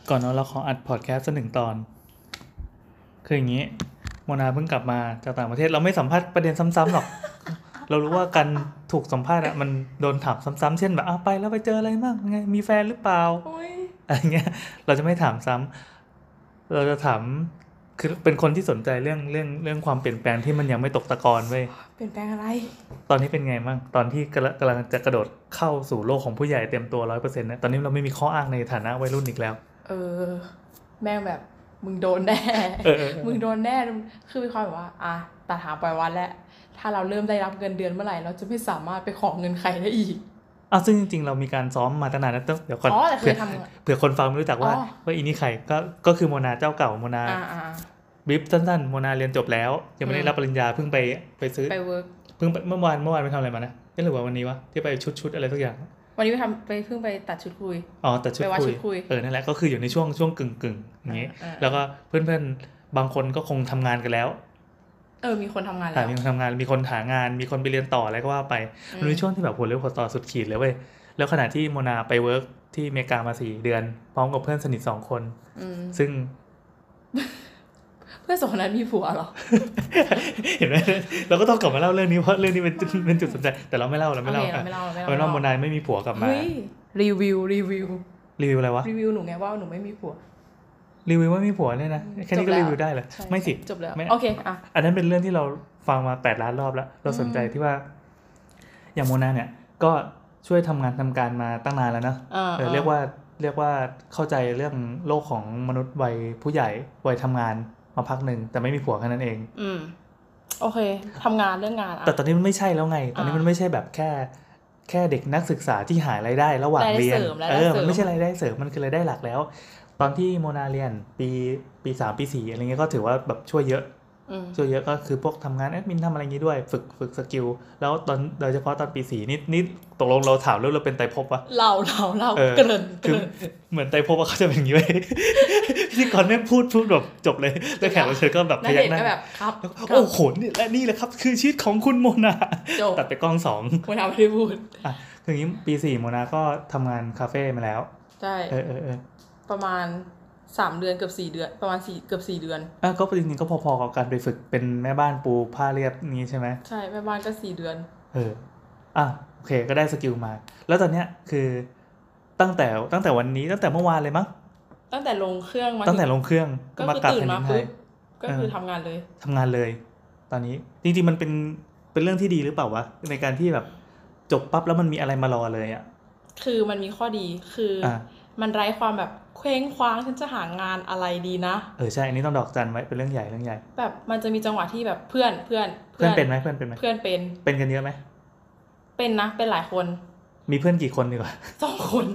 ก่อนนอนเราขออัดพอดแคสต์สักหนึ่งตอนคืออย่างนี้โมนาเพิ่งกลับมาจากต่างประเทศเราไม่สัมภาษณ์ประเด็นซ้ำๆหรอกเรารู้ว่าการถูกสัมภาษณ์อะมันโดนถามซ้ำๆเช่นแบบไปแล้วไปเจออะไรบ้างไงมีแฟนหรือเปล่าอะไรเงี้ยเราจะไม่ถามซ้ำเราจะถามคือเป็นคนที่สนใจเรื่องความเปลี่ยนแปลงที่มันยังไม่ตกตะกอนเว้ยเปลี่ยนแปลงอะไรตอนนี้เป็นไงบ้างตอนที่กำลังจะกระโดดเข้าสู่โลกของผู้ใหญ่เต็มตัว 100% นะตอนนี้เราไม่มีข้ออ้างในฐานะวัยรุ่นอีกแล้วแม่งแบบมึงโดนแน่มึงโดนแน่คือมีความแบบว่าตัดหางปล่อยวัดแล้วถ้าเราเริ่มได้รับเงินเดือนเมื่อไหร่เราจะไม่สามารถไปขอเงินใครได้อีกซึ่งจริงๆเรามีการซ้อมมาตั้งนานแล้วเดี๋ยวก่อนเผื่อคนฟังไม่รู้จักว่าอีนี่ใครก็คือโมนาเจ้าเก่าโมนาบรีฟสั้นๆโมนาเรียนจบแล้วยังไม่ได้รับปริญญาเพิ่งไปซื้อไปเวิร์กเพิ่งเมื่อวานไปทำอะไรมานะหรือว่าวันนี้วะที่ไปชุดอะไรสักอย่างวันนี้เพิ่งไปตัดชุดคุยตัดชุดคุยนั่นแหละก็คืออยู่ในช่วงกึ่งอย่างงี้แล้วก็เพื่อนๆบางคนก็คงทำงานกันแล้วมีคนทำงานแล้วมีคนทำงานมีคนหางานมีคนไปเรียนต่ออะไรก็ว่าไปมันมีช่วงที่แบบหัวเรียวหัวต่อสุดขีดเลยเว้ยแล้วขณะที่โมนาไปเวิร์กที่อเมริกามา4 เดือนพร้อมกับเพื่อนสนิท2 คนซึ่งเพื่อนสองคนนั้นมีผัวเหรอเห็นไหมเราก็ต้องกลับมาเล่าเรื่องนี้เพราะเรื่องนี้เป็นจุดสนใจแต่เราไม่เล่าโมนาไม่มีผัวกลับมารีวิวอะไรวะรีวิวหนูไงว่าหนูไม่มีผัวรีวิวว่ามีผัวเนี่ยนะแค่นี้ก็รีวิวได้เหรอไม่สิจบแล้วโอเคอันนั้นเป็นเรื่องที่เราฟังมา8 ล้านรอบแล้วเราสนใจที่ว่าอย่างโมนาเนี่ยก็ช่วยทำงานทำการมาตั้งนานแล้วนะเรียกว่าเข้าใจเรื่องโลกของมนุษย์วัยผู้ใหญ่วัยทำงานมาพักหนึ่งแต่ไม่มีผัวแค่นั้นเองโอเคทำงานเรื่องงานแต่ตอนนี้มันไม่ใช่แล้วไงตอนนี้มันไม่ใช่แบบแค่เด็กนักศึกษาที่หารายได้ระหว่างเรียนมันไม่ใช่รายได้เสริมมันคือรายได้หลักแล้วตอนที่โมนาเรียนปี 3 ปี 4อะไรเงี้ยก็ถือว่าแบบช่วยเยอะก็คือพวกทำงานแอดมินทำอะไรอย่างงี้ด้วยฝึกสกิลแล้วโดยเฉพาะตอนปี 4นี่ตกลงเราถามเรื่องเราเป็นไตรภพวะเราเกินคือเหมือนไตรภพว่าเขาจะเป็นอย่างงี้เว้ยพิธีกรแม่งพูดแบบจบเลยแล้วแขกรับเชิญก็แบบพยักหน้าแบบครับโอ้โหนี่แหละครับคือชีวิตของคุณโมนาตัดไปกล้อง2 โมนาไม่ได้พูดคืออย่างนี้ปี 4โมนาก็ทำงานคาเฟ่มาแล้วใช่ประมาณ3 เดือนเกือบ4 เดือนประมาณเกือบ4 เดือนก็จริงๆก็พอๆกับการไปฝึกเป็นแม่บ้านปูผ้าเรียบนี้ใช่ไหมใช่แม่บ้านก็4 เดือนโอเคก็ได้สกิลมาแล้วตอนเนี้ยคือตั้งแต่วันนี้ตั้งแต่เมื่อวานเลยมั้งตั้งแต่ลงเครื่องตั้งแต่ลงเครื่องก็คือตื่นมาปุ๊บก็คือทำงานเลยตอนนี้จริงๆมันเป็นเรื่องที่ดีหรือเปล่าวะในการที่แบบจบปั๊บแล้วมันมีอะไรมารอเลยอ่ะคือมันมีข้อดีคือมันไร้ความแบบเคว้งคว้างฉันจะหางานอะไรดีนะใช่อันนี้ต้องดอกจันไว้เป็นเรื่องใหญ่แบบมันจะมีจังหวะที่แบบเพื่อนเป็นไหมเป็นกันเยอะไหมเป็นนะเป็นหลายคนมีเพื่อนกี่คนดีกว่า 2 คน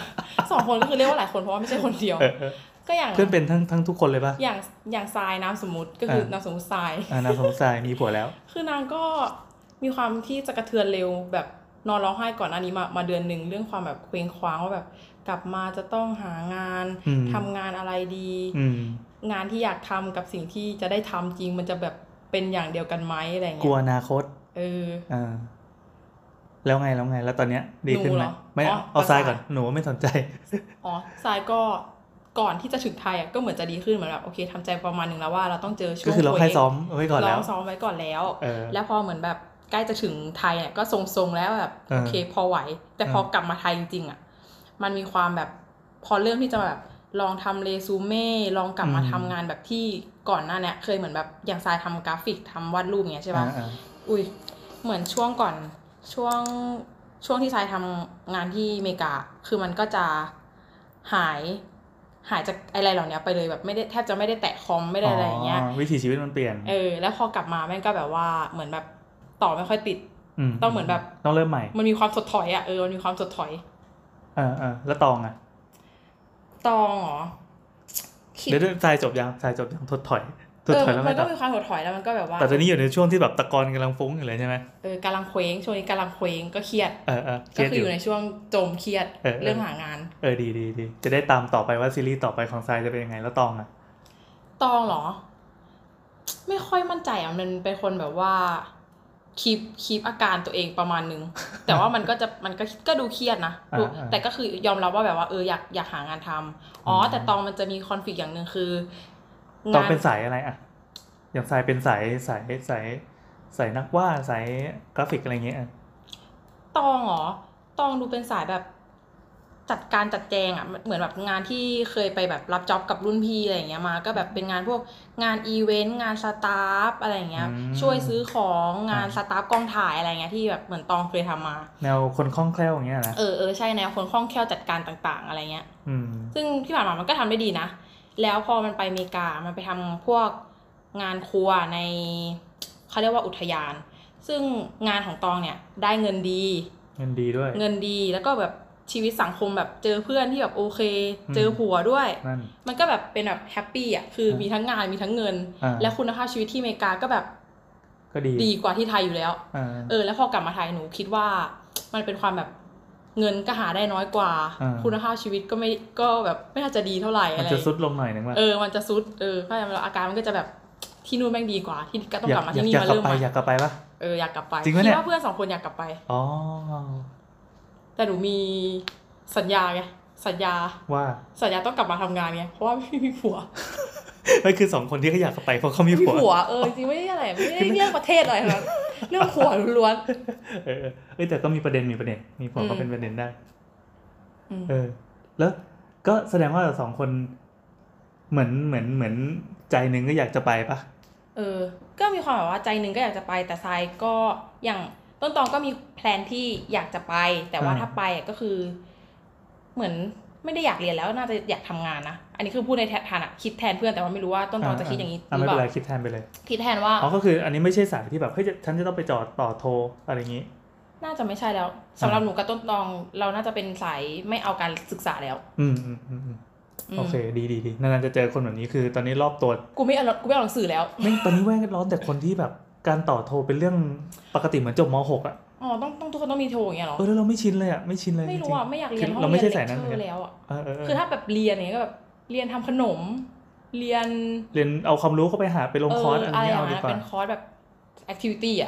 2 คนก็คือเรียกว่าหลายคนเพราะว่าไม่ใช่คนเดียวก็อย่างเพื่อนเป็นทั้งทุกคนเลยป่ะอย่างทรายนามสมมุติก็คือนามสมมุติทรายนามสมมุติทรายมีผัวแล้วคือนางก็มีความที่จะกระเทือนเร็วแบบนอนร้องไห้ก่อนอันนี้มาเดือนนึงเรื่องความแบบเคว้งคว้างว่าแบบกลับมาจะต้องหางานทำงานอะไรดีงานที่อยากทำกับสิ่งที่จะได้ทำจริงมันจะแบบเป็นอย่างเดียวกันไหมอะไรเงี้ยกลัวอนาคตแล้วไงแล้วตอนเนี้ยดีขึ้นไหมไม่เอาทรายก่อนหนูไม่สนใจทรายก็ก่อนที่จะถึงไทยก็เหมือนจะดีขึ้นเหมือนแบบโอเคทำใจประมาณนึงแล้วว่าเราต้องเจอช่วงก็คือเราให้ซ้อมไว้ก่อนแล้วเราซ้อมไว้ก่อนแล้วแล้วพอเหมือนแบบใกล้จะถึงไทยเนี่ยก็ทรงๆแล้วแบบโอเคพอไหวแต่พอกลับมาไทยจริงๆอ่ะมันมีความแบบพอเริ่มที่จะแบบลองทำเรซูเม่ลองกลับมาทำงานแบบที่ก่อนหน้านี้เคยเหมือนแบบอย่างทรายทำกราฟิกทำวาดรูปเงี้ยใช่ป่ะเหมือนช่วงก่อนช่วงที่ทรายทำงานที่อเมริกาคือมันก็จะหายจากอะไรเหล่านี้ไปเลยแบบไม่ได้แทบจะไม่ได้แตะคอมไม่ได้อะไรอย่างเงี้ยวิถีชีวิตมันเปลี่ยนแล้วพอกลับมาแม่งก็แบบว่าเหมือนแบบต่อไม่ค่อยติดต้องเหมือนแบบต้องเริ่มใหม่มันมีความถดถอยอ่ะมันมีความถดถอยแล้วตองอ่ะตองเหรอเดี๋ยวทรายจบยังถดถอยแล้วมันก็มีความถดถอยแล้วมันก็แบบว่าแต่ตอนนี้อยู่ในช่วงที่แบบตะกอนกำลังฟุ้งอยู่เลยใช่ไหมกำลังเคว้งช่วงนี้กำลังเคว้งก็เครียดก็คืออยู่ในช่วงจมเครียดเรื่องหางานดีจะได้ตามต่อไปว่าซีรีส์ต่อไปของทรายจะเป็นยังไงแล้วตองอ่ะตองเหรอไม่ค่อยมั่นใจมันเป็นคนแบบว่าคีปอาการตัวเองประมาณนึง แต่ว่ามันก็ดูเครียดนะแต่ก็คือยอมรับว่าแบบว่าอยากหางานทำแต่ตองมันจะมีคอนฟลิกต์อย่างนึงคือตองเป็นสายอะไรอ่ะอย่างสายเป็นสายนักวาดสายกราฟิกอะไรเงี้ยตองดูเป็นสายแบบจัดแจงอ่ะเหมือนแบบงานที่เคยไปแบบรับจ็อบกับรุ่นพี่อะไรอย่างเงี้ยมาก็แบบเป็นงานพวกงานอีเวนต์งานสตาฟอะไรอย่างเงี้ยช่วยซื้อของงานสตาฟกองถ่ายอะไรเงี้ยที่แบบเหมือนตองเคยทำมาแนวคนคล่องแคล่วอย่างเงี้ยนะใช่แนวคนคล่องแคล่วจัดการต่างๆอะไรเงี้ยซึ่งที่ผ่านมามันก็ทำได้ดีนะแล้วพอมันไปอเมริกามันไปทำพวกงานครัวในเขาเรียกว่าอุทยานซึ่งงานของตองเนี่ยได้เงินดีด้วยเงินดีแล้วก็แบบชีวิตสังคมแบบเจอเพื่อนที่แบบโอเคเจอผัวด้วยมันก็แบบเป็นแบบแฮปปี้อ่ะคือมีทั้งงานมีทั้งเงินและคุณภาพชีวิตที่อเมริกาก็แบบก็ดีกว่าที่ไทยอยู่แล้วแล้วพอกลับมาไทยหนูคิดว่ามันเป็นความแบบเงินก็หาได้น้อยกว่าคุณภาพชีวิตก็แบบไม่น่าจะดีเท่าไหร่อะไรมันจะซุดลงหน่อยนึงว่ามันจะซุดเพราะฉะนั้นอาการมันก็จะแบบที่นู่นแม่งดีกว่าที่ก็ต้องกลับมาที่นี่มาเริ่มใหม่อยากกลับไปปะอยากกลับไปคิดว่าเพื่อน2 คนอยากกลับไปแต่หนูมีสัญญาต้องกลับมาทำงานไงเพราะว่าไม่มีผัวไม่คือ2 คนที่เขาอยากกลับไปเพราะเขามีผัวจริงไม่ได้อะไรไม่ได้เรื่องประเทศอะไรนะเรื่องผัวล้วนแต่ก็มีประเด็นมีผัวก็เป็นประเด็นได้แล้วก็แสดงว่า2 คนเหมือนใจนึงก็อยากจะไปปะก็มีความแบบว่าใจนึงก็อยากจะไปแต่ทรายก็อย่างต้นตองก็มีแพลนที่อยากจะไปแต่ว่าถ้าไปก็คือเหมือนไม่ได้อยากเรียนแล้วน่าจะอยากทำงานนะอันนี้คือพูดในฐานะคิดแทนเพื่อนแต่ว่าไม่รู้ว่าต้นตองจะคิดอย่างนี้หรือเปล่าไม่เป็นไรคิดแทนไปเลยคิดแทนว่าก็คืออันนี้ไม่ใช่สายที่แบบเฮ้ยฉันจะต้องไปต่อโทอะไรอย่างนี้น่าจะไม่ใช่แล้วสำหรับหนูกับต้นตองเราน่าจะเป็นสายไม่เอาการศึกษาแล้วโอเคดีนานๆจะเจอคนแบบนี้คือตอนนี้รอบตัวกูไม่เอาหนังสือแล้วไม่ตอนนี้แว่งร้อนแต่คนที่แบบการต่อโทเป็นเรื่องปกติเหมือนจบม.6 อ่ะต้องทุกคนต้องมีโทอย่างเงี้ยหรอแล้วเราไม่ชินเลยอ่ะไม่ชินเลยไม่รู้อ่ะไม่อยากเรียนเราไม่ใช่สายนั้นแล้วอ่ะคือถ้าแบบเรียนอย่างเงี้ยก็แบบเรียนทำขนมเรียนเอาความรู้เข้าไปหาไปลงคอร์สอะไรเงี้ยเอาดีกว่าเป็นคอร์สแบบแอคทิวิตี้อ่ะ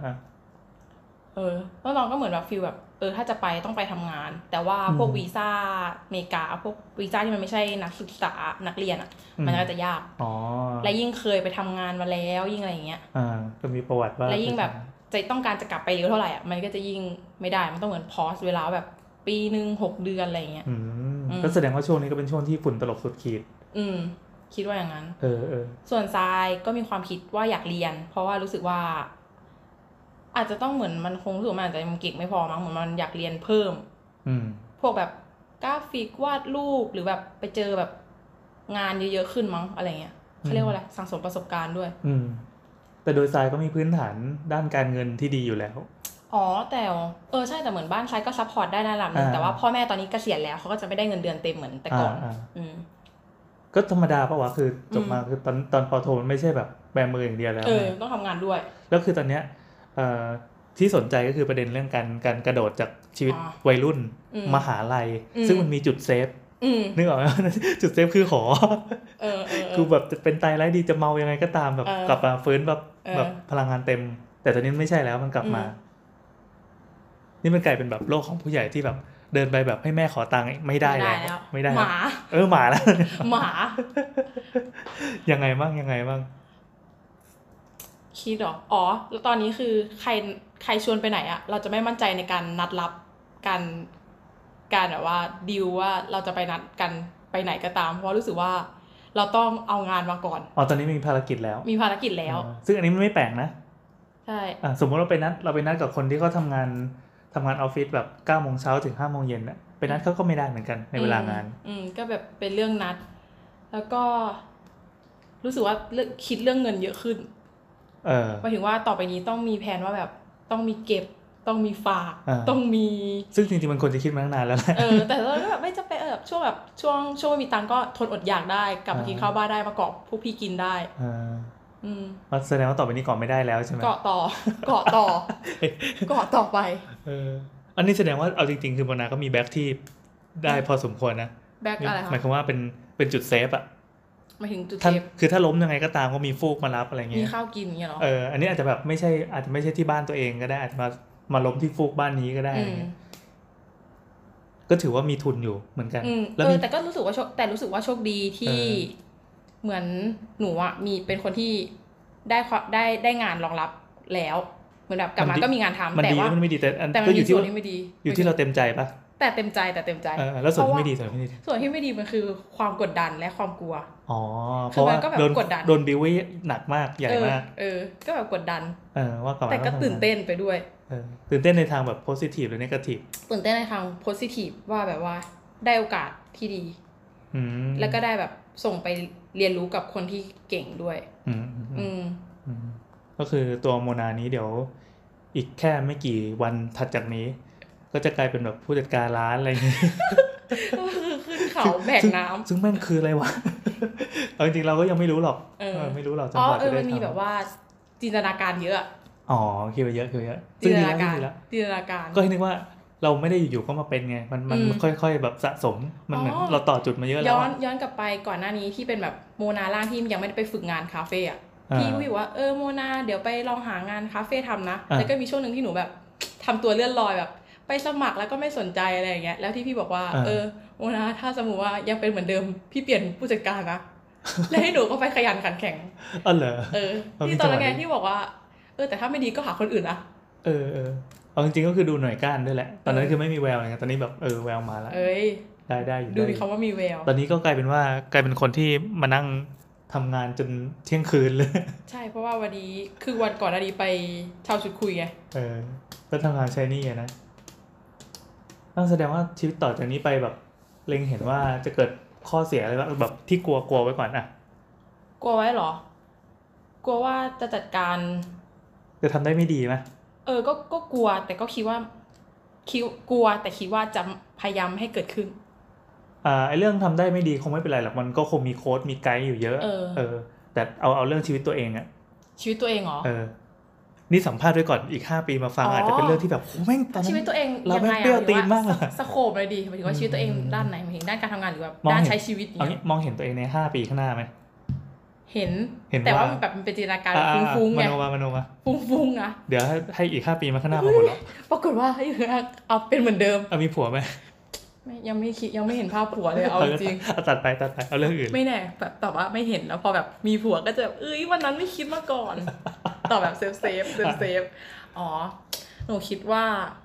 แล้วน้องก็เหมือนแบบฟีลแบบถ้าจะไปต้องไปทำงานแต่ว่าพวกวีซ่าอเมริกาพวกวีซ่าที่มันไม่ใช่นักศึกษานักเรียนอ่ะมันก็จะยากและยิ่งเคยไปทำงานมาแล้วยิ่งอะไรอย่างเงี้ยก็มีประวัติว่าและยิ่งแบบจะต้องการจะกลับไปเร็วเท่าไหร่อ่ะมันก็จะยิ่งไม่ได้มันต้องเหมือนพอสเวลาแบบปีนึง6 เดือนอะไรอย่างเงี้ยก็แสดงว่าช่วงนี้ก็เป็นช่วงที่ฝุ่นตลบสุดขีดคิดว่าอย่างนั้นส่วนทรายก็มีความคิดว่าอยากเรียนเพราะว่ารู้สึกว่าอาจจะต้องเหมือนมันคงรู้สึกมันอาจจะยังเก่งไม่พอมั้งเหมือนมันอยากเรียนเพิ่มพวกแบบกราฟิกวาดรูปหรือแบบไปเจอแบบงานเยอะๆขึ้นมั้งอะไรเงี้ยเขาเรียกว่าอะไรสั่งสมประสบการณ์ด้วยแต่โดยทรายก็มีพื้นฐานด้านการเงินที่ดีอยู่แล้วแต่ใช่แต่เหมือนบ้านทรายก็ซัพพอร์ตได้ระดับนึงแต่ว่าพ่อแม่ตอนนี้เกษียณแล้วเขาก็จะไม่ได้เงินเดือนเต็มเหมือนแต่ก่อนก็ธรรมดาป่ะวะคือจบมาคือตอนป.โทมันไม่ใช่แบบแบมืออย่างเดียวแล้วต้องทำงานด้วยแล้วคือตอนเนี้ยที่สนใจก็คือประเด็นเรื่องการกระโดดจากชีวิตวัยรุ่นมหาลัยซึ่งมันมีจุดเซฟนึกออกไหมจุดเซฟคือหอคือแบบจะเป็นตายไร้ดีจะเมายังไงก็ตามแบบกลับมาฟื้นแบบพลังงานเต็มแต่ตอนนี้ไม่ใช่แล้วมันกลับมานี่มันกลายเป็นแบบโลกของผู้ใหญ่ที่แบบเดินไปแบบให้แม่ขอตังค์ไม่ได้แล้วไม่ได้หมาหมาแล้วหมายังไงบ้างคิดหรอแล้วตอนนี้คือใครชวนไปไหนอะเราจะไม่มั่นใจในการนัดรับการแบบว่าดีลว่าเราจะไปนัดกันไปไหนก็ตามเพราะรู้สึกว่าเราต้องเอางานมาก่อนตอนนี้มีภารกิจแล้วซึ่งอันนี้มันไม่แปลกนะใช่สมมติเราไปนัดกับคนที่เขาทำงานออฟฟิศแบบ 9:00 นถึง 5:00 นน่ะไปนัดเขาก็ไม่ได้เหมือนกันในเวลางานก็แบบเป็นเรื่องนัดแล้วก็รู้สึกว่าคิดเรื่องเงินเยอะขึ้นหมายถึงว่าต่อไปนี้ต้องมีแผนว่าแบบต้องมีเก็บต้องมีฝากต้องมีซึ่งจริงๆมันควรจะคิดมาตั้งนานแล้วแหละแต่เราก็แบบไม่จะไปแบบช่วงไม่มีตังก็ทนอดอยากได้กลับมากินข้าวบ้านได้มาเกาะพวกพี่กินได้แสดงว่าต่อไปนี้เกาะไม่ได้แล้วใช่ไหมเกาะต่อไปอันนี้แสดงว่าเอาจริงๆคือโมนาก็มีแบ็คที่ได้พอสมควรนะแบ็คอะไรคะหมายความว่าเป็นจุดเซฟอะมาถึงจุดถ้าเทปคือถ้าล้มยังไงก็ตามก็มีฟูกมารับอะไรเงี้มียข้าวกินอย่างเงี้ยเหรออันนี้อาจจะแบบไม่ใช่อาจจะไม่ใช่ที่บ้านตัวเองก็ได้อาจจะมาล้มที่ฟูกบ้านนี้ก็ได้อะไรเงี้ยก็ถือว่ามีทุนอยู่เหมือนกันแล้วแต่ก็รู้สึกว่าโชคดีที่เหมือนหนูอ่ะมีเป็นคนที่ได้งานรองรับแล้วเหมือนแบบกลับมาก็มีงานทำแต่ว่ามันไม่ดีแต่มันมีส่วนที่ไม่ดีอยู่ที่เราเต็มใจปะแต่เต็มใจแล้วส่วนที่ไม่ดีส่วนที่ไม่ดีมันคือความกดดันและความกลัวเพราะว่าโดนบิวไว้หนักมากใหญ่มากก็แบบกดดันว่ากลับมาแต่ก็ตื่นเต้นไปด้วยตื่นเต้นในทางแบบ positive หรือ negative ตื่นเต้นในทาง positive ว่าแบบว่าได้โอกาสที่ดีแล้วก็ได้แบบส่งไปเรียนรู้กับคนที่เก่งด้วยก็คือตัวโมนานี้เดี๋ยวอีกแค่ไม่กี่วันถัดจากนี้ก็จะกลายเป็นแบบผู้จัดการร้านอะไรอย่างงี้ขึ้นเขาแบกน้ำซึ่งแม่งคืออะไรวะเอาจริงๆเราก็ยังไม่รู้หรอกไม่รู้หรอกจังหวะจะได้ทำมันมีแบบว่าจินตนาการเยอะคิดไปเยอะจินตนาการก็ให้นึกว่าเราไม่ได้อยู่ๆก็มาเป็นไงมันค่อยๆแบบสะสมมันเหมือนเราต่อจุดมาเยอะแล้วย้อนกลับไปก่อนหน้านี้ที่เป็นแบบโมนาล่างที่ยังไม่ได้ไปฝึกงานคาเฟ่อะพี่วิวว่าโมนาเดี๋ยวไปลองหางานคาเฟ่ทำนะแล้วก็มีช่วงนึงที่หนูแบบทำตัวเลื่อนลอยแบบไปสมัครแล้วก็ไม่สนใจอะไรอย่างเงี้ยแล้วที่พี่บอกว่าโมนาถ้าสมมติว่ายังเป็นเหมือนเดิมพี่เปลี่ยนผู้จัดการนะแล้วให้หนูก็ไปขยันขันแข็งเหรอที่ตอนนั้นไงที่บอกว่าแต่ถ้าไม่ดีก็หาคนอื่นนะเอาจริงๆก็คือดูหน่วยก้านด้วยแหละตอนนั้นคือไม่มีแววอะไรเงี้ยตอนนี้แบบแววมาแล้วได้อยู่ดูมีคำว่ามีแววตอนนี้ก็กลายเป็นคนที่มานั่งทำงานจนเที่ยงคืนเลยใช่เพราะว่าวันนี้คือวันก่อนหน้านี้ไปเช่าชุดคุยไงก็ทำงานใช้นี่ไงนะนั่นแสดงว่าชีวิตต่อจากนี้ไปแบบเล็งเห็นว่าจะเกิดข้อเสียอะไรแบบที่กลัวไว้ก่อนกลัวไว้เหรอกลัวว่าจะจัดการจะทำได้ไม่ดีไหมก็กลัวแต่ก็คิดว่ากลัวแต่คิดว่าจะพยายามให้เกิดขึ้นไอเรื่องทำได้ไม่ดีคงไม่เป็นไรหรอกมันก็คงมีโค้ดมีไกด์อยู่เยอะแต่เอาเรื่องชีวิตตัวเองอะชีวิตตัวเองเหรอนี่สัมภาษณ์ไว้ก่อนอีก5 ปีมาฟังอาจจะเป็นเรื่องที่แบบโหแม่งตอนนั้นชีวิตตัวเองเราไม่เปรี้ยวตีนมากเลยสโคปเลยดีหมายถึงว่าชีวิตตัวเองด้านไหนหมายถึงด้านการทำงานหรือว่าด้านใช้ชีวิตอย่างเงี้ยมองเห็นตัวเองใน5 ปีข้างหน้าไหมเห็นแต่ว่าแบบมันเป็นจินตนาการฟุ้งๆไงมโนมาฟุ้งๆนะเดี๋ยวให้อีก5 ปีมาข้างหน้ามาหมดแล้วปรากฏว่าเอาเป็นเหมือนเดิมมีผัวไหมยังไม่เห็นภาพผัวเลยเอาจริงตัดไปเอาเรื่องอื่นไม่แน่แบบแต่ว่าไม่เห็นแล้วพอแบบมีผัวก็จะวันนั้นไม่คิดมาก่อนต่อแบบเซฟหนูคิดว่า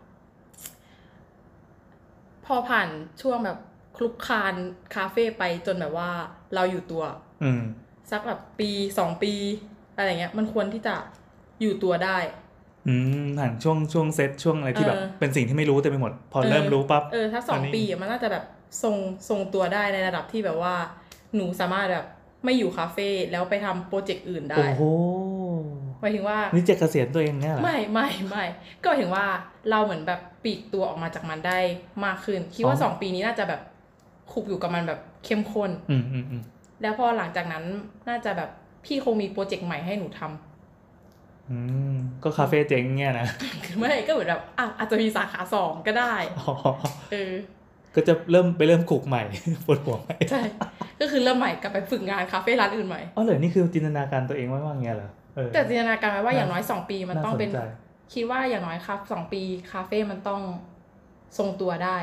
พอผ่านช่วงแบบคลุกคลานคาเฟ่ไปจนแบบว่าเราอยู่ตัวสักแบบปี2 ปีอะไรเงี้ยมันควรที่จะอยู่ตัวได้ผ่านช่วงเซตช่วงอะไรที่แบบเป็นสิ่งที่ไม่รู้เต็มไปหมดพอเริ่มรู้ปั๊บถ้า2 ปีมันน่าจะแบบทรงตัวได้ในระดับที่แบบว่าหนูสามารถแบบไม่อยู่คาเฟ่แล้วไปทำโปรเจกต์อื่นได้โอ้โหหมายถึงว่านี่จะเกษียณตัวเองเนี่ยเหรอไม่ก็หมายถึงว่าเราเหมือนแบบปลีกตัวออกมาจากมันได้มากขึ้นคิดว่า2 ปีนี้น่าจะแบบคุกอยู่กับมันแบบเข้มข้นแล้วพอหลังจากนั้นน่าจะแบบพี่คงมีโปรเจกต์ใหม่ให้หนูทก็คาเฟ่เจ๊งเงี้ยนะไม่ก็เหมือนแบบอาจจะมีสาขา2ก็ได้ก็จะเริ่มคุกใหม่ปวดหัวใช่ก็คือเริ่มใหม่กลับไปฝึกงานคาเฟ่ร้านอื่นใหม่เหรอนี่คือจินตนาการตัวเองไว้ว่าเงี้ยเหรอแต่จินตนาการไว้ว่าอย่างน้อย2 ปีมันต้องเป็นคิดว่าอย่างน้อยครับ2 ปีคาเฟ่มันต้องทรงตัวได้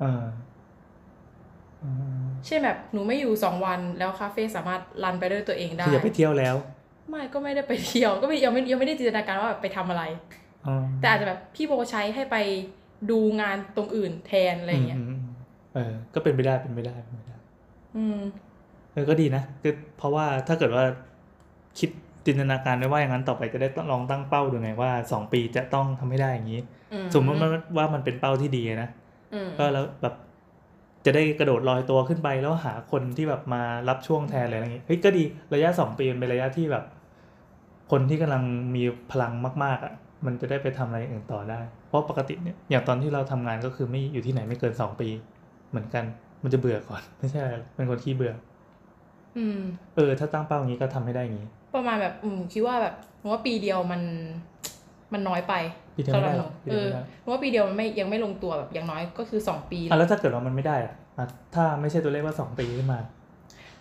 เช่นแบบหนูไม่อยู่2 วันแล้วคาเฟ่สามารถรันไปด้วยตัวเองได้อย่าไปเที่ยวแล้วไม่ก็ไม่ได้ไปเที่ยวก็ยังไม่ได้จินตนาการว่าแบบไปทำอะไรแต่อาจจะแบบพี่โบใช้ให้ไปดูงานตรงอื่นแทนอะไรอย่างเงี้ยก็เป็นไปได้ก็ดีนะคือเพราะว่าถ้าเกิดว่าคิดจินตนาการไว้ว่าอย่างนั้นต่อไปจะได้ลองตั้งเป้าดูไงว่า2 ปีจะต้องทำให้ได้อย่างนี้สมมติว่ามันเป็นเป้าที่ดีนะก็แล้วแบบจะได้กระโดดลอยตัวขึ้นไปแล้วหาคนที่แบบมารับช่วงแทนอะไรอย่างงี้เฮ้ยก็ดีระยะ2 ปีเป็นระยะที่แบบคนที่กำลังมีพลังมากๆมันจะได้ไปทำอะไรอื่นต่อได้เพราะปกติเนี่ยอย่างตอนที่เราทำงานก็คือไม่อยู่ที่ไหนไม่เกิน2 ปีเหมือนกันมันจะเบื่อก่อนไม่ใช่เป็นคนขี้เบื่อถ้าตั้งเป้าอย่างนี้ก็ทำให้ได้อย่างนี้ประมาณแบบคิดว่าแบบว่าปีเดียวมันน้อยไปสำหรับหนูเพราะว่าปีเดียวมันยังไม่ลงตัวแบบอย่างน้อยก็คือ2 ปีแล้วถ้าเกิดว่ามันไม่ได้ถ้าไม่ใช่ตัวเลขว่า2 ปีขึ้นมา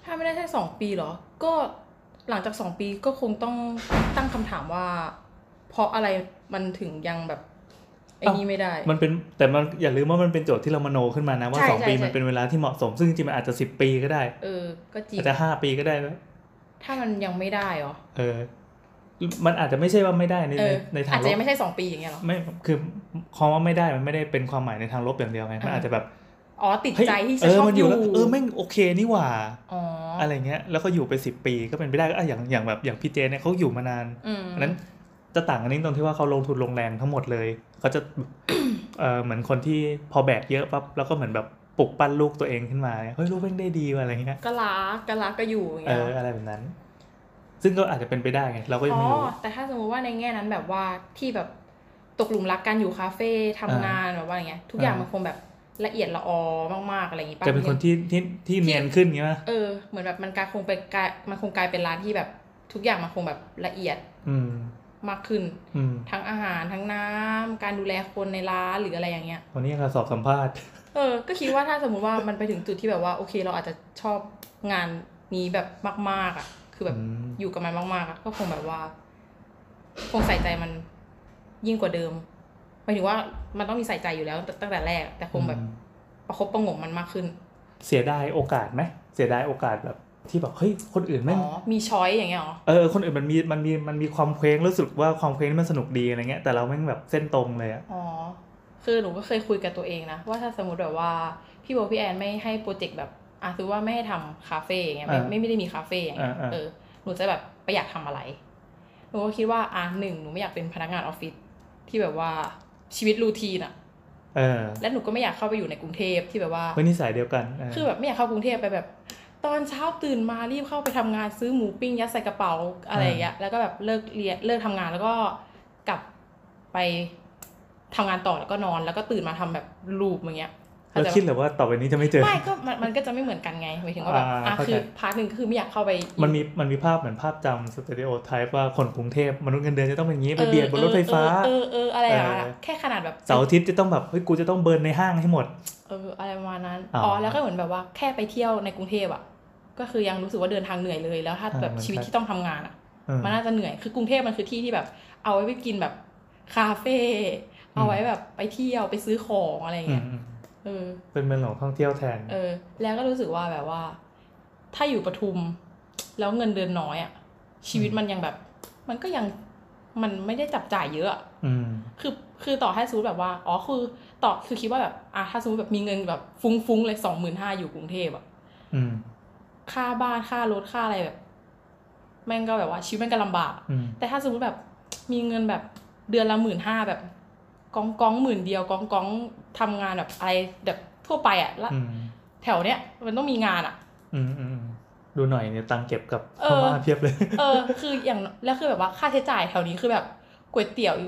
ถ้าไม่ได้แค่2 ปีเหรอก็หลังจาก2 ปีก็คงต้องตั้งคำถามว่าเพราะอะไรมันถึงยังแบบไอ้นี่ไม่ได้มันเป็นแต่มันอย่าลืมว่ามันเป็นโจทย์ที่เรามโนขึ้นมานะว่า2 ปีมันเป็นเวลาที่เหมาะสมซึ่งจริงๆมันอาจจะ10 ปีก็ได้ก็จริงอาจจะ5 ปีก็ได้ถ้ามันยังไม่ได้หรอมันอาจจะไม่ใช่ว่าไม่ได้ในทางลบอาจจะยังไม่ใช่2 ปีอย่างเงี้ยหรอไม่คือคำว่าไม่ได้มันไม่ได้เป็นความหมายในทางลบอย่างเดียวไงมันอาจจะแบบติดใจที่จะชอบอยู่แม่งโอเคนี่หว่าอะไรเงี้ยแล้วก็อยู่ไป10 ปีก็เป็นไปได้ก็อย่างแบบอย่างพี่เจเนี่ยเขาอยู่มานานนั้นจะต่างกันนิดตรงที่ว่าเขาลงทุนลงแรงทั้งหมดเลยเขาจะ เหมือนคนที่พอแบกเยอะปั๊บแล้วก็เหมือนแบบปลุกปั้นลูกตัวเองขึ้นมาเฮ้ยลูกแม่งได้ดีว่ะอะไรเงี้ยก็รักก็อยู่อย่างเงี้ยอะไรแบบนั้นซึ่งก็อาจจะเป็นไปได้ไงเราก็ยังไม่รู้แต่ถ้าสมมติว่าในแง่นั้นแบบว่าที่แบบตกหลุมรักกันอยู่คาเฟ่ทำงานแบบว่าอย่างเงี้ยทุกอย่างมันคงแบบละเอียดละออมากๆอะไรอย่างงี้ป่ะจะเป็นคนที่เนียนขึ้นงี้ป่ะเหมือนแบบมันคงกลายเป็นร้านที่แบบทุกอย่างมันคงแบบละเอียดมากขึ้นทั้งอาหารทั้งน้ำการดูแลคนในร้านหรืออะไรอย่างเงี้ยวันนี้การสอบสัมภาษณ์ก็คิดว่าถ้าสมมุติว่ามันไปถึงจุดที่แบบว่าโอเคเราอาจจะชอบงานนี้แบบมากๆอ่ะคือแบบอยู่กับมันมากๆอ่ะก็คงแบบว่าคงใส่ใจมันยิ่งกว่าเดิมหมายถึงว่ามันต้องมีใส่ใจอยู่แล้วตั้งแต่แรกแต่คงแบบประคบประหงมมันมากขึ้นเสียดายโอกาสไหมเสียดายโอกาสแบบที่แบบเฮ้ยคนอื่นแม่งมีช้อยอย่างเงี้ยหรอคนอื่นมันมีความเคว้งรู้สึกว่าความเคว้งมันสนุกดีอะไรเงี้ยแต่เราแม่งแบบเส้นตรงเลยอ่ะคือหนูก็เคยคุยกับตัวเองนะว่าถ้าสมมติแบบว่าพี่โบพี่แอนไม่ให้โปรเจกต์แบบคือว่าไม่ให้ทำคาเฟ่อย่างเงี้ยไม่ได้มีคาเฟ่อย่างเงี้ยหนูจะแบบไปอยากทำอะไรหนูก็คิดว่า1หนูไม่อยากเป็นพนักงานออฟฟิศที่แบบว่าชีวิตรูทีนอะและหนูก็ไม่อยากเข้าไปอยู่ในกรุงเทพที่แบบว่านิสัยเดียวกันคือแบบไม่อยากเข้ากรุงเทพไปแบบตอนเช้าตื่นมารีบเข้าไปทำงานซื้อหมูปิ้งยัดใส่กระเป๋าอะไรอย่างเงี้ยแล้วก็แบบเลิกทำงานแล้วก็กลับไปทำงานต่อแล้วก็นอนแล้วก็ตื่นมาทำแบบลูปอย่างเงี้ยเราคิดเลยว่าต่อไปนี้จะไม่เจอไม่ก็มันก็จะไม่เหมือนกันไงหมายถึงว่าแบบคือพาร์ทนึงก็คือไม่อยากเข้าไปมันมีภาพเหมือนภาพจำสเตอริโอไทป์ว่าคนกรุงเทพมนุษย์เงินเดือนจะต้องเป็นอย่างนี้ไปเบียดบนรถไฟฟ้าอะไรอย่างเงี้ยแค่ขนาดแบบเสาร์อาทิตย์จะต้องแบบเฮ้ยกูจะต้องเบิร์นในห้างให้หมดอะไรประมาณนั้นแล้วก็เหมือนแบบว่าแค่ไปเที่ยวในกรุงเทพอ่ะก็คือยังรู้สึกว่าเดินทางเหนื่อยเลยแล้วถ้าแบบชีวิตที่ต้องทำงานอ่ะมันน่าจะเหนื่อยคือกรุงเทพมันคือที่ที่แบบเอาไว้ไปกินแบบคาเฟ่เอาไว้แบบไปเที่ยวไปซื้อของอะไรอย่างเงี้ยเป็นเมืองหลวงท่องเที่ยวแทนแล้วก็รู้สึกว่าแบบว่าถ้าอยู่ปทุมแล้วเงินเดือนน้อยอ่ะชีวิตมันยังแบบมันก็ยังมันไม่ได้จับจ่ายเยอะคือต่อให้ซูแบบว่าคือคิดว่าแบบถ้าซูแบบมีเงินแบบฟุ้งๆเลย 25,000 อยู่กรุงเทพอ่ะค่าบ้านค่ารถค่าอะไรแบบแม่งก็แบบว่าชีวิตแม่งก็ลำบากแต่ถ้าสมมติแบบมีเงินแบบเดือนละ 15,000 แบบก้อง10,000 เดียวก้องทำงานแบบอะไรแบบทั่วไปอ่ะแล้วแถวเนี้ยมันต้องมีงานอ่ะดูหน่อยเนี่ยตังเก็บกับพ่อมาเพียบเลยคืออย่างแล้วคือแบบว่าค่าใช้จ่ายแถวนี้คือแบบก๋วยเตี๋ยว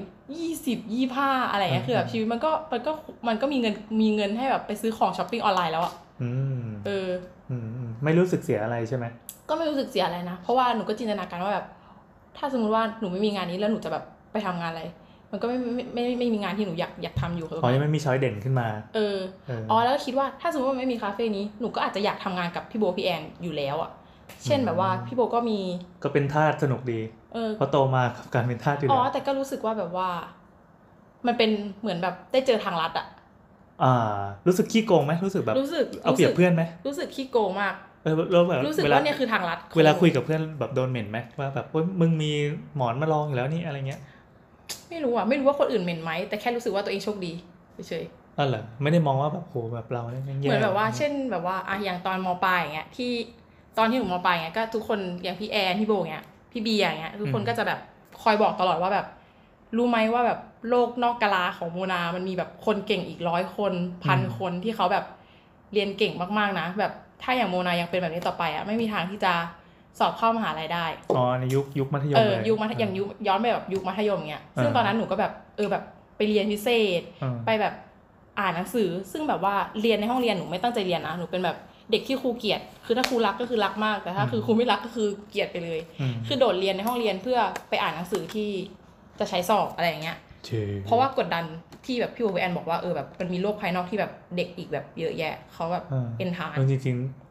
20-25อะไรเงี้ยคือแบบชีวิตมันก็มีเงินให้แบบไปซื้อของช้อปปิ้งออนไลน์แล้วอ่ะไม่รู้สึกเสียอะไรใช่ไหมก็ไม่รู้สึกเสียอะไรนะเพราะว่าหนูก็จินตนาการว่าแบบถ้าสมมติว่าหนูไม่มีงานนี้แล้วหนูจะแบบไปทำงานอะไรมันก็ไม่มีงานที่หนูอยากทำอยู่ยังไม่มีช้อยเด่นขึ้นมาแล้วก็คิดว่าถ้าสมมติว่าไม่มีคาเฟ่นี้หนูก็อาจจะอยากทำงานกับพี่โบพี่แอนอยู่แล้วอ่ะเช่นแบบว่าพี่โบก็เป็นทาสสนุกดีเพราะโตมากับการเป็นทาสอยู่แล้วแต่ก็รู้สึกว่าแบบว่ามันเป็นเหมือนแบบได้เจอทางลัดอ่ะรู้สึกขี้โกงไหมรู้สึกแบบเอาเปรียบเพื่อนไหมรู้สึกขี้โกงมากแล้วแบบรู้สึกว่าเนี่ยคือทางลัดเวลาคุยกับเพื่อนแบบโดนเหม็นไหมว่าแบบมึงมีหมอนมาลองอยู่แล้วนี่อะไรเงี้ยไม่รู้ว่าคนอื่นเหม็นไหมแต่แค่รู้สึกว่าตัวเองโชคดีเฉยๆเหรอไม่ได้มองว่าแบบโหแบบเราเนี่ยแย่เหมือนแบบว่าเช่นแบบว่าอย่างตอนม.ปลายอย่างเงี้ยที่ตอนที่หนูม.ปลายอย่างเงี้ยก็ทุกคนอย่างพี่แอนพี่โบอย่างเงี้ยพี่เบียอย่างเงี้ยทุกคนก็จะแบบคอยบอกตลอดว่าแบบรู้ไหมว่าแบบโลกนอกกะลาของโมนามันมีแบบคนเก่งอีก100 คน 1,000 คนที่เขาแบบเรียนเก่งมากๆนะแบบถ้าอย่างโมนายังเป็นแบบนี้ต่อไปไม่มีทางที่จะสอบเข้ามหาลัยได้ในยุคมัธยมเลยยุคย้อนไปแบบยุคมัธยมเงี้ยซึ่งตอนนั้นหนูก็แบบแบบไปเรียนพิเศษไปแบบอ่านหนังสือซึ่งแบบว่าเรียนในห้องเรียนหนูไม่ตั้งใจเรียนนะหนูเป็นแบบเด็กที่ครูเกลียดคือถ้าครูรักก็คือรักมากแต่ถ้าคือครูไม่รักก็คือเกลียดไปเลยคือโดดเรียนในห้องเรียนเพื่อไปอ่านหนังสือที่จะใช้สอบอะไรอย่างเงี้ยเพราะว่ากดดันที่แบบพี่โอแอนบอกว่าแบบมันมีโลกภายนอกที่แบบเด็กอีกแบบเยอะแยะเขาแบบเอ็นทานจริง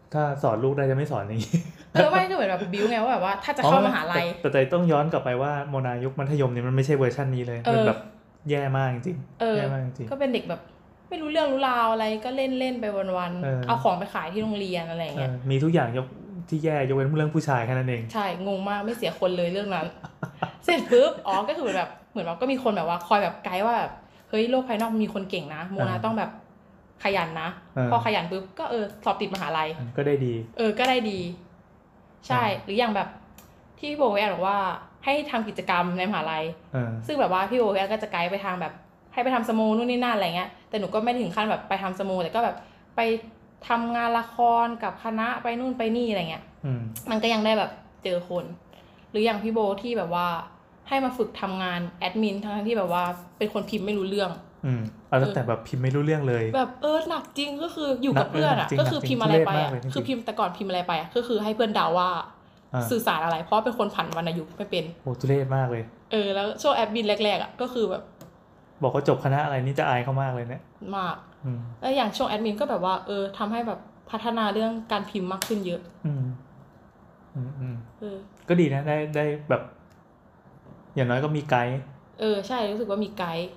ถ้าสอนลูกได้จะไม่สอนอย่างนี้ไม่ก็เหมือนแบบบิวไงว่าแบบว่าถ้าจะเข้ามหาลัยแต่ต้องย้อนกลับไปว่าโมนายุคมัธยมเนี่ยมันไม่ใช่เวอร์ชันนี้เลยมันแบบแย่มากจริงแย่มากจริงก็เป็นเด็กแบบไม่รู้เรื่องรู้ราวอะไรก็เล่นไปวันๆเอาของไปขายที่โรงเรียนอะไรอย่างเงี้ยมีทุกอย่างยกที่แย่ยกเว้นเรื่องผู้ชายแค่นั้นเองใช่งงมากไม่เสียคนเลยเรื่องนั้น เสร็จปุ๊บก็คือแบบเหมือนว่าก็มีคนแบบว่าคอยแบบไกด์ว่าแบบเฮ้ยโลกภายนอกมีคนเก่งนะโมนาต้องแบบขยันนะพอขยันปุ๊บก็สอบติดมหาลัยก็ได้ดีก็ได้ดีใช่หรืออย่างแบบที่พี่โบแอนบอกว่าให้ทำกิจกรรมในมหาลัยซึ่งแบบว่าพี่โบแอนก็จะไกด์ไปทางแบบให้ไปทำสโมนู่นนี่นั่นอะไรเงี้ยแต่หนูก็ไม่ถึงขั้นแบบไปทำสโมแต่ก็แบบไปทำงานละครกับคณะไปนู่นไปนี่อะไรเงี้ยมันก็ยังได้แบบเจอคนหรืออย่างพี่โบที่แบบว่าให้มาฝึกทำงานแอดมินทั้งที่แบบว่าเป็นคนพิมพ์ไม่รู้เรื่องแล้วแต่แบบพิมพ์ไม่รู้เรื่องเลยแบบหนักจริงก็คืออยู่กับเพื่อนก็คือพิมพ์อะไรไปคือพิมพ์แต่ก่อนพิมพ์อะไรไปก็คือให้เพื่อนเดาว่าสื่อสารอะไรเพราะเป็นคนผันวรรณยุกต์ไม่เป็นโอ้ทุเรศมากเลยแล้วช่วงแอดมินแรกๆก็คือแบบบอกว่าจบคณะอะไรนี่จะอายเขามากเลยเนี่ยมากแล้วอย่างช่วงแอดมินก็แบบว่าทำให้แบบพัฒนาเรื่องการพิมพ์มากขึ้นเยอะก็ดีนะได้แบบอย่างน้อยก็มีไกด์ใช่รู้สึกว่ามีไกด์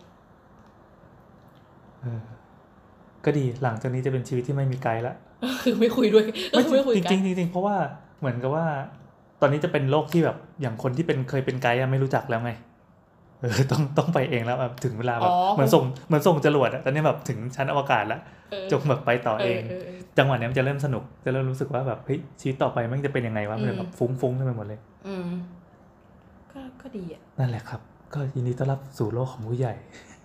ก็ดีหลังจากนี้จะเป็นชีวิตที่ไม่มีไกด์ละคือไม่คุยด้วยไม่คุยจริงเพราะว่าเหมือนกับว่าตอนนี้จะเป็นโลกที่แบบอย่างคนที่เคยเป็นไกด์ไม่รู้จักแล้วไงต้องไปเองแล้วแบบถึงเวลาแบบเหมือนส่งจรวดตอนนี้แบบถึงชั้นอวกาศแล้วจงแบบไปต่อเองจังหวะนี้มันจะเริ่มสนุกจะเริ่มรู้สึกว่าแบบเฮ้ยชีวิตต่อไปมันจะเป็นยังไงวะมันแบบฟุ้งขึ้นไปหมดเลยก็ดีอ่ะนั่นแหละครับก็ยินดีต้อนรับสู่โลกของผู้ใหญ่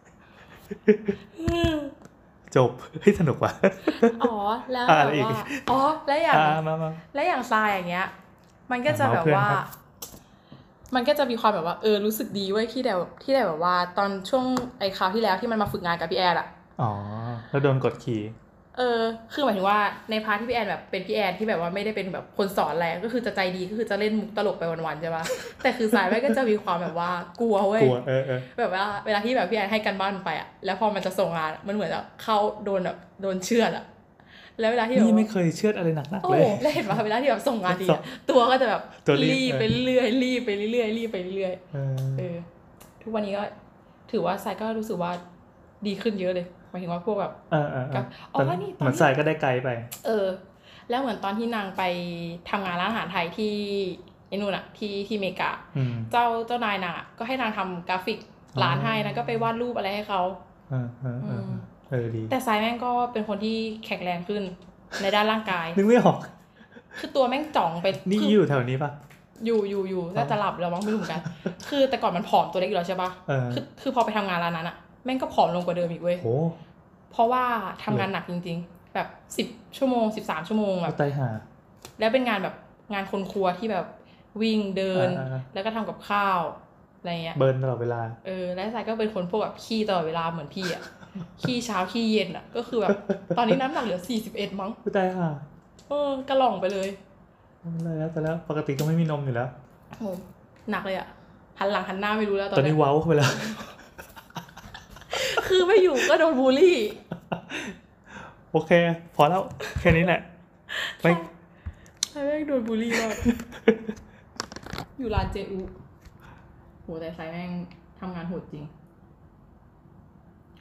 จบสนุกว่ะแล้วแบบว่าแล้วอย่างทรายอย่างเงี้ยมันก็จะแบบว่ามันก็จะมีความแบบว่ารู้สึกดีเว้ยที่ได้แบบว่าตอนช่วงไอ้คราวที่แล้วที่มันมาฝึกงานกับพี่แอนแล้วโดนกดขี่คือหมายถึงว่าในพาร์ทที่พี่แอนแบบเป็นพี่แอนที่แบบว่าไม่ได้เป็นแบบคนสอนอะไรก็คือจะใจดีก็คือจะเล่นมุกตลกไปวันๆใช่ปะแต่คือสายแม่ก็จะมีความแบบว่ากลัวเว้ยแบบว่าเวลาที่แบบพี่แอนให้กันบ้านไปแล้วพอมันจะส่งงานมันเหมือนแบบเข้าโดนเชือดแล้วเวลาที่นี่ไม่เคยเชือดอะไรหนักๆเลยแล้วเห็นว่าเวลาที่แบบส่งงานดีตัวก็จะแบบรีบไปเรื่อยรีบไปเรื่อยทุกวันนี้ก็ถือว่าสายก็รู้สึกว่าดีขึ้นเยอะเลยหมายถึงว่าพวกแบบนี่เหมือนสายก็ได้ไกลไปแล้วเหมือนตอนที่นางไปทำงานร้านอาหารไทยที่ไอ้นู่นอะที่อเมริกาเจ้านายนางก็ให้นางทำกราฟิกร้านให้นางก็ไปวาดรูปอะไรให้เขาดีแต่สายแม่งก็เป็นคนที่แข็งแรงขึ้นในด้านร่างกายนึกไม่ออกคือตัวแม่งจ่องไปนี่อยู่แถวนี้ปะอยู่น่าจะหลับแล้วมั้งไม่รู้เหมือนกันคือแต่ก่อนมันผอมตัวเล็กอยู่แล้วใช่ปะคือพอไปทำงานร้านนั้นอะแม่งก็ผอมลงกว่าเดิมอีกเว้ยเพราะว่าทำงานหนักจริงๆแบบ10 ชั่วโมง13 ชั่วโมงแบบแล้วเป็นงานแบบงานคนครัวที่แบบวิ่งเดินแล้วก็ทำกับข้าวอะไรเงี้ยเบิร์นตลอดเวลาและสายก็เป็นคนพวกแบบขี้ตลอดเวลาเหมือนพี่อะขี้เช้าขี้เย็นอะก็คือแบบตอนนี้น้ำหนักเหลือ41มั้งตายห่ากระหล่องไปเลยแต่แล้วปกติก็ไม่มีนมอยู่แล้วโอ้หนักเลยอะหันหลังหันหน้าไม่รู้แล้วตอนนี้เว้าเข้าไปแล้วคือไม่อยู่ก็โดนบูลลี่โอเคพอแล้วแค่นี้แหละไม่โดนบูลลี่มากอยู่ร้านเจอูโหแต่สายแม่งทำงานโหดจริง